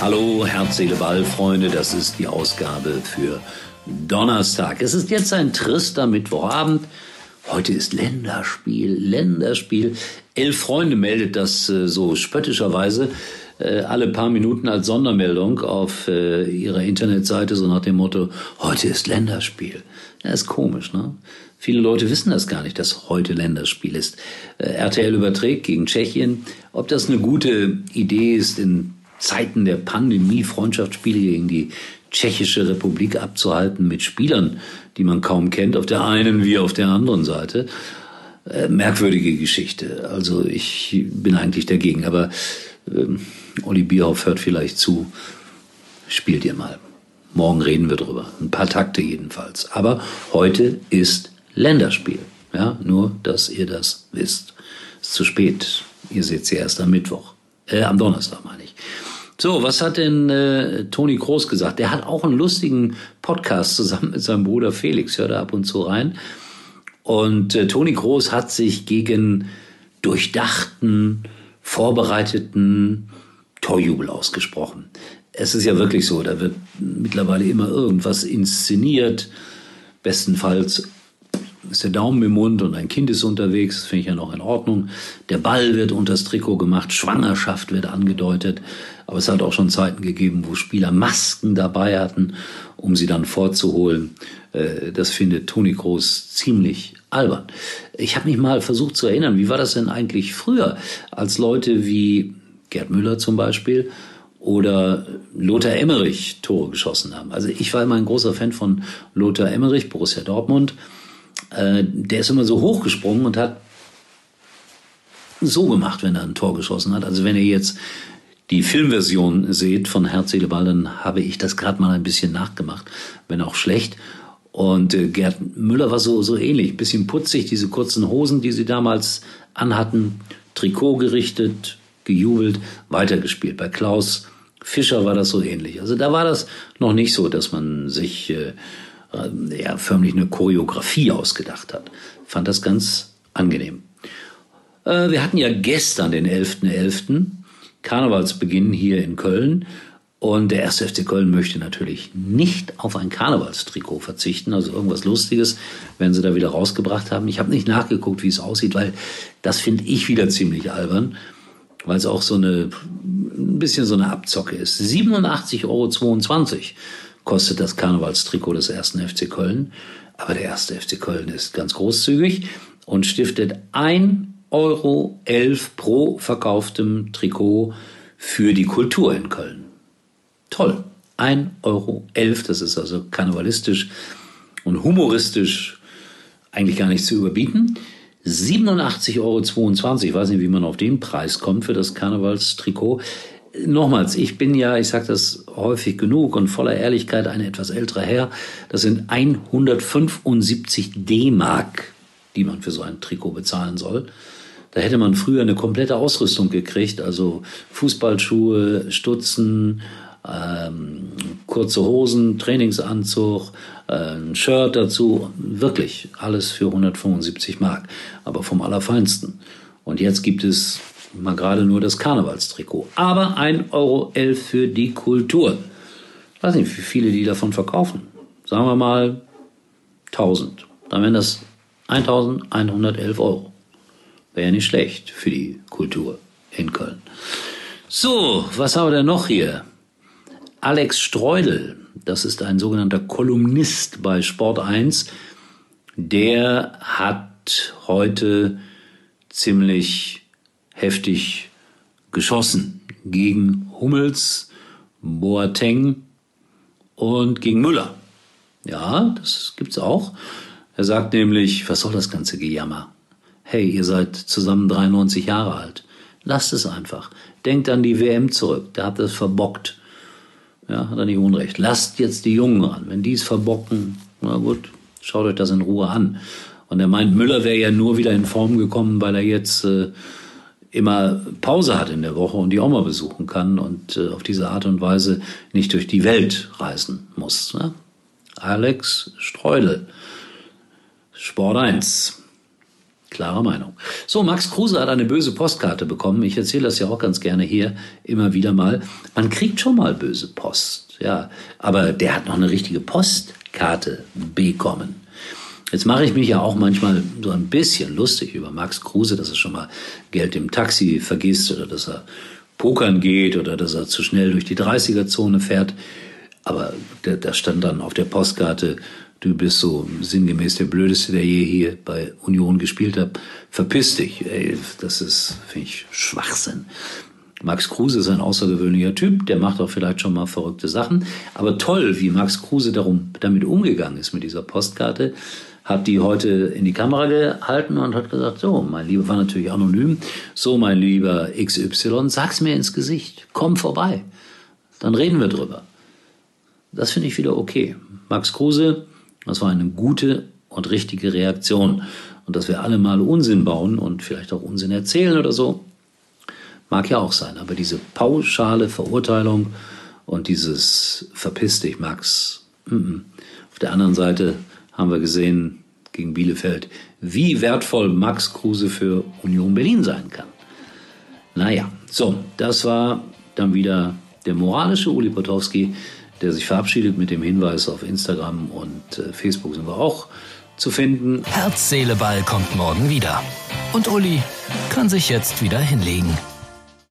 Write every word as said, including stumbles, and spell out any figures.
Hallo, Herz, Seele, Ball, Freunde, das ist die Ausgabe für Donnerstag. Es ist jetzt ein trister Mittwochabend. Heute ist Länderspiel, Länderspiel. Elf Freunde meldet das äh, so spöttischerweise äh, alle paar Minuten als Sondermeldung auf äh, ihrer Internetseite, so nach dem Motto, heute ist Länderspiel. Ja, ist komisch, ne? Viele Leute wissen das gar nicht, dass heute Länderspiel ist. Äh, R T L überträgt gegen Tschechien. Ob das eine gute Idee ist, in Zeiten der Pandemie Freundschaftsspiele gegen die Tschechische Republik abzuhalten mit Spielern, die man kaum kennt, auf der einen wie auf der anderen Seite. Äh, merkwürdige Geschichte. Also ich bin eigentlich dagegen. Aber ähm, Olli Bierhoff hört vielleicht zu. Spielt ihr mal. Morgen reden wir drüber. Ein paar Takte jedenfalls. Aber heute ist Länderspiel. Ja, nur, dass ihr das wisst. Ist zu spät. Ihr seht sie erst am Mittwoch. Äh, am Donnerstag meine ich. So, was hat denn äh, Toni Kroos gesagt? Der hat auch einen lustigen Podcast zusammen mit seinem Bruder Felix. Hört da ab und zu rein. Und äh, Toni Kroos hat sich gegen durchdachten, vorbereiteten Torjubel ausgesprochen. Es ist ja wirklich so, da wird mittlerweile immer irgendwas inszeniert. Bestenfalls ist der Daumen im Mund und ein Kind ist unterwegs, das finde ich ja noch in Ordnung. Der Ball wird unters Trikot gemacht, Schwangerschaft wird angedeutet. Aber es hat auch schon Zeiten gegeben, wo Spieler Masken dabei hatten, um sie dann vorzuholen. Das findet Toni Kroos ziemlich albern. Ich habe mich mal versucht zu erinnern, wie war das denn eigentlich früher, als Leute wie Gerd Müller zum Beispiel oder Lothar Emmerich Tore geschossen haben. Also ich war immer ein großer Fan von Lothar Emmerich, Borussia Dortmund. Der ist immer so hochgesprungen und hat so gemacht, wenn er ein Tor geschossen hat. Also wenn ihr jetzt die Filmversion seht von Herz, Seele, Ball, dann habe ich das gerade mal ein bisschen nachgemacht, wenn auch schlecht. Und äh, Gerd Müller war so so ähnlich, ein bisschen putzig, diese kurzen Hosen, die sie damals anhatten, Trikot gerichtet, gejubelt, weitergespielt. Bei Klaus Fischer war das so ähnlich. Also da war das noch nicht so, dass man sich äh, ja, förmlich eine Choreografie ausgedacht hat. Fand das ganz angenehm. Äh, wir hatten ja gestern den elften elften Karnevalsbeginn hier in Köln. Und der erste F C Köln möchte natürlich nicht auf ein Karnevalstrikot verzichten. Also irgendwas Lustiges werden sie da wieder rausgebracht haben. Ich habe nicht nachgeguckt, wie es aussieht, weil das finde ich wieder ziemlich albern. Weil es auch so eine, ein bisschen so eine Abzocke ist. siebenundachtzig Euro zweiundzwanzig kostet das Karnevalstrikot des ersten F C Köln. Aber der erste F C Köln ist ganz großzügig und stiftet ein Euro elf pro verkauftem Trikot für die Kultur in Köln. Toll. ein Euro elf, das ist also karnevalistisch und humoristisch eigentlich gar nicht zu überbieten. siebenundachtzig Euro zweiundzwanzig, ich weiß nicht, wie man auf den Preis kommt für das Karnevalstrikot. Nochmals, ich bin ja, ich sage das häufig genug und voller Ehrlichkeit, ein etwas älterer Herr. Das sind hundertfünfundsiebzig D-Mark, die man für so ein Trikot bezahlen soll. Da hätte man früher eine komplette Ausrüstung gekriegt, also Fußballschuhe, Stutzen, ähm, kurze Hosen, Trainingsanzug, äh, ein Shirt dazu. Wirklich alles für hundertfünfundsiebzig Mark, aber vom Allerfeinsten. Und jetzt gibt es mal gerade nur das Karnevalstrikot. Aber ein Euro elf für die Kultur. Ich weiß nicht, wie viele die davon verkaufen. Sagen wir mal tausend. Dann wären das eintausendeinhundertelf Euro. Wäre ja nicht schlecht für die Kultur in Köln. So, was haben wir denn noch hier? Alex Streudel, das ist ein sogenannter Kolumnist bei Sport eins. Der hat heute ziemlich heftig geschossen gegen Hummels, Boateng und gegen Müller. Ja, das gibt's auch. Er sagt nämlich, was soll das ganze Gejammer? Hey, ihr seid zusammen dreiundneunzig Jahre alt. Lasst es einfach. Denkt an die W M zurück. Da habt ihr es verbockt. Ja, hat er nicht Unrecht. Lasst jetzt die Jungen ran. Wenn die es verbocken, na gut, schaut euch das in Ruhe an. Und er meint, Müller wäre ja nur wieder in Form gekommen, weil er jetzt äh, immer Pause hat in der Woche und die auch mal besuchen kann und äh, auf diese Art und Weise nicht durch die Welt reisen muss. Ne? Alex Streudel, Sport eins. Klare Meinung. So, Max Kruse hat eine böse Postkarte bekommen. Ich erzähle das ja auch ganz gerne hier immer wieder mal. Man kriegt schon mal böse Post, ja. Aber der hat noch eine richtige Postkarte bekommen. Jetzt mache ich mich ja auch manchmal so ein bisschen lustig über Max Kruse, dass er schon mal Geld im Taxi vergisst oder dass er pokern geht oder dass er zu schnell durch die dreißiger-Zone fährt. Aber da stand dann auf der Postkarte: Du bist so sinngemäß der Blödeste, der je hier bei Union gespielt hat. Verpiss dich. Ey, das ist, finde ich, Schwachsinn. Max Kruse ist ein außergewöhnlicher Typ, der macht auch vielleicht schon mal verrückte Sachen. Aber toll, wie Max Kruse darum, damit umgegangen ist mit dieser Postkarte, hat die heute in die Kamera gehalten und hat gesagt: So, mein Lieber, war natürlich anonym, so, mein lieber X Y, sag's mir ins Gesicht, komm vorbei, dann reden wir drüber. Das finde ich wieder okay. Max Kruse, das war eine gute und richtige Reaktion. Und dass wir alle mal Unsinn bauen und vielleicht auch Unsinn erzählen oder so, mag ja auch sein. Aber diese pauschale Verurteilung und dieses Verpiss dich, Max. Mm-mm. Auf der anderen Seite haben wir gesehen gegen Bielefeld, wie wertvoll Max Kruse für Union Berlin sein kann. Naja, so, das war dann wieder der moralische Uli Potowski, der sich verabschiedet mit dem Hinweis: auf Instagram und äh, Facebook sind wir auch zu finden. Herz, Seele, Ball kommt morgen wieder. Und Uli kann sich jetzt wieder hinlegen.